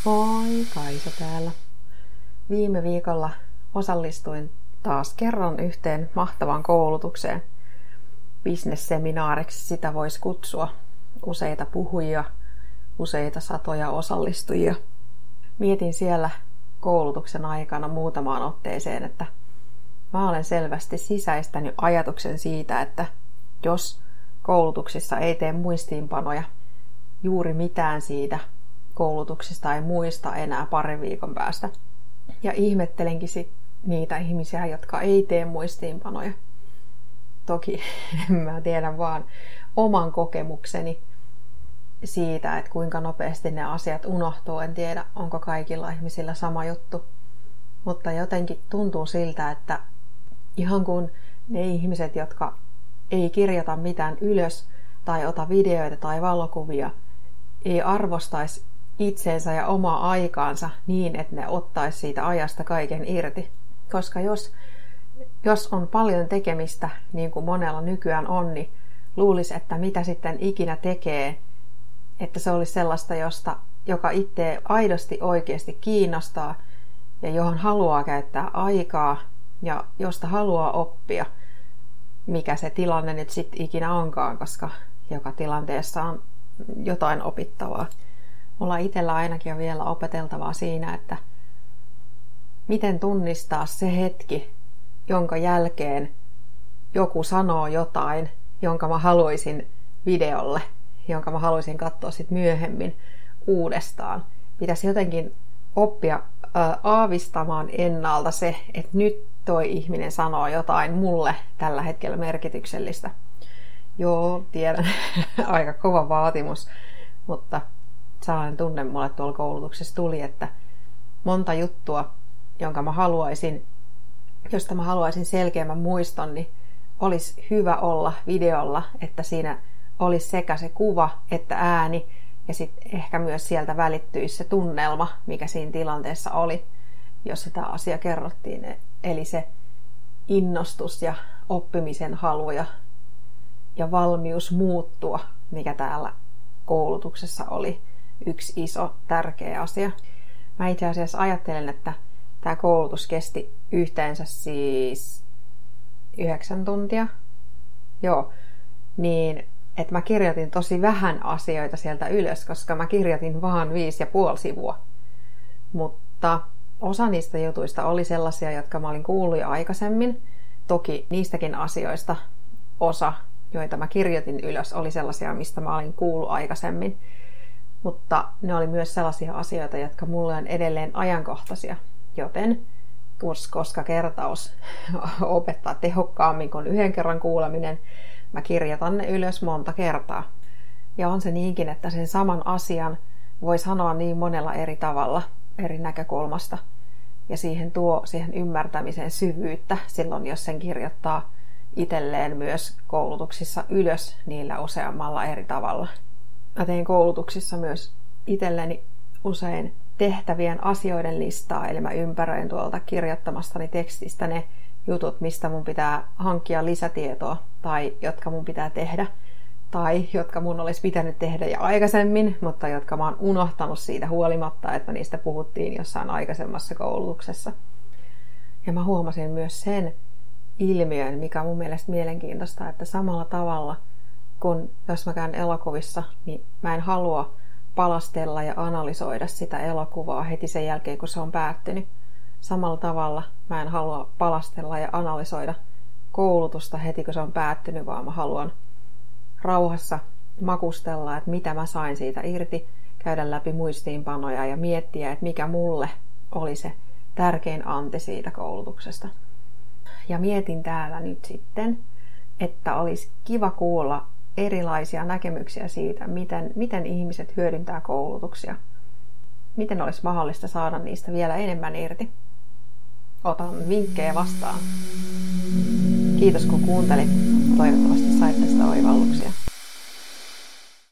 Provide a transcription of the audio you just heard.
Moi, Kaisa täällä. Viime viikolla osallistuin taas kerran yhteen mahtavaan koulutukseen. Business-seminaariksi sitä voisi kutsua. Useita puhujia, useita satoja osallistujia. Mietin siellä koulutuksen aikana muutamaan otteeseen, että mä olen selvästi sisäistänyt ajatuksen siitä, että jos koulutuksissa ei tee muistiinpanoja, juuri mitään siitä koulutuksesta ei muista enää parin viikon päästä. Ja ihmettelenkin niitä ihmisiä, jotka ei tee muistiinpanoja. Toki mä tiedän vaan oman kokemukseni siitä, että kuinka nopeasti ne asiat unohtuu. En tiedä, onko kaikilla ihmisillä sama juttu. Mutta jotenkin tuntuu siltä, että ihan kun ne ihmiset, jotka ei kirjoita mitään ylös tai ota videoita tai valokuvia, ei arvostaisi itseensä ja omaa aikaansa niin, että ne ottaisi siitä ajasta kaiken irti. Koska jos on paljon tekemistä, niin kuin monella nykyään on, niin luulisi, että mitä sitten ikinä tekee, että se olisi sellaista, joka itse aidosti oikeasti kiinnostaa ja johon haluaa käyttää aikaa ja josta haluaa oppia, mikä se tilanne nyt sitten ikinä onkaan, koska joka tilanteessa on jotain opittavaa. Mulla itsellä ainakin on vielä opeteltavaa siinä, että miten tunnistaa se hetki, jonka jälkeen joku sanoo jotain, jonka mä haluaisin videolle, jonka mä haluaisin katsoa sitten myöhemmin uudestaan. Pitäisi jotenkin oppia aavistamaan ennalta se, että nyt toi ihminen sanoo jotain mulle tällä hetkellä merkityksellistä. Joo, tiedän, aika kova vaatimus, mutta sellainen tunne mulle tuolla koulutuksessa tuli, että monta juttua, josta mä haluaisin selkeämmän muiston, niin olisi hyvä olla videolla, että siinä olisi sekä se kuva että ääni, ja sitten ehkä myös sieltä välittyisi se tunnelma, mikä siinä tilanteessa oli, jos sitä asiaa kerrottiin. Eli se innostus ja oppimisen halu ja valmius muuttua, mikä täällä koulutuksessa oli yksi iso tärkeä asia. Mä itse asiassa ajattelen, että tämä koulutus kesti yhteensä siis 9 tuntia. Joo, niin että mä kirjoitin tosi vähän asioita sieltä ylös, koska mä kirjoitin vaan 5,5 sivua. Mutta osa niistä jutuista oli sellaisia, jotka mä olin kuullut jo aikaisemmin. Toki niistäkin asioista osa, joita mä kirjoitin ylös, oli sellaisia, mistä mä olin kuullut aikaisemmin. Mutta ne oli myös sellaisia asioita, jotka mulle on edelleen ajankohtaisia. Joten koska kertaus opettaa tehokkaammin kuin yhden kerran kuuleminen, mä kirjoitan ne ylös monta kertaa. Ja on se niinkin, että sen saman asian voi sanoa niin monella eri tavalla, eri näkökulmasta. Ja siihen ymmärtämiseen syvyyttä silloin, jos sen kirjoittaa itselleen myös koulutuksissa ylös niillä useammalla eri tavalla. Mä teen koulutuksissa myös itselleni usein tehtävien asioiden listaa, eli mä ympäröin tuolta kirjoittamastani tekstistä ne jutut, mistä mun pitää hankkia lisätietoa, tai jotka mun pitää tehdä, tai jotka mun olisi pitänyt tehdä jo aikaisemmin, mutta jotka mä oon unohtanut siitä huolimatta, että niistä puhuttiin jossain aikaisemmassa koulutuksessa. Ja mä huomasin myös sen ilmiön, mikä on mun mielestä mielenkiintoista, että samalla tavalla kun jos mä käyn elokuvissa, niin mä en halua palastella ja analysoida sitä elokuvaa heti sen jälkeen, kun se on päättynyt. Samalla tavalla mä en halua palastella ja analysoida koulutusta heti, kun se on päättynyt, vaan mä haluan rauhassa makustella, että mitä mä sain siitä irti, käydä läpi muistiinpanoja ja miettiä, että mikä mulle oli se tärkein anti siitä koulutuksesta. Ja mietin täällä nyt sitten, että olisi kiva kuulla erilaisia näkemyksiä siitä, miten ihmiset hyödyntää koulutuksia. Miten olisi mahdollista saada niistä vielä enemmän irti. Otan vinkkejä vastaan. Kiitos kun kuuntelit. Toivottavasti sait tästä oivalluksia.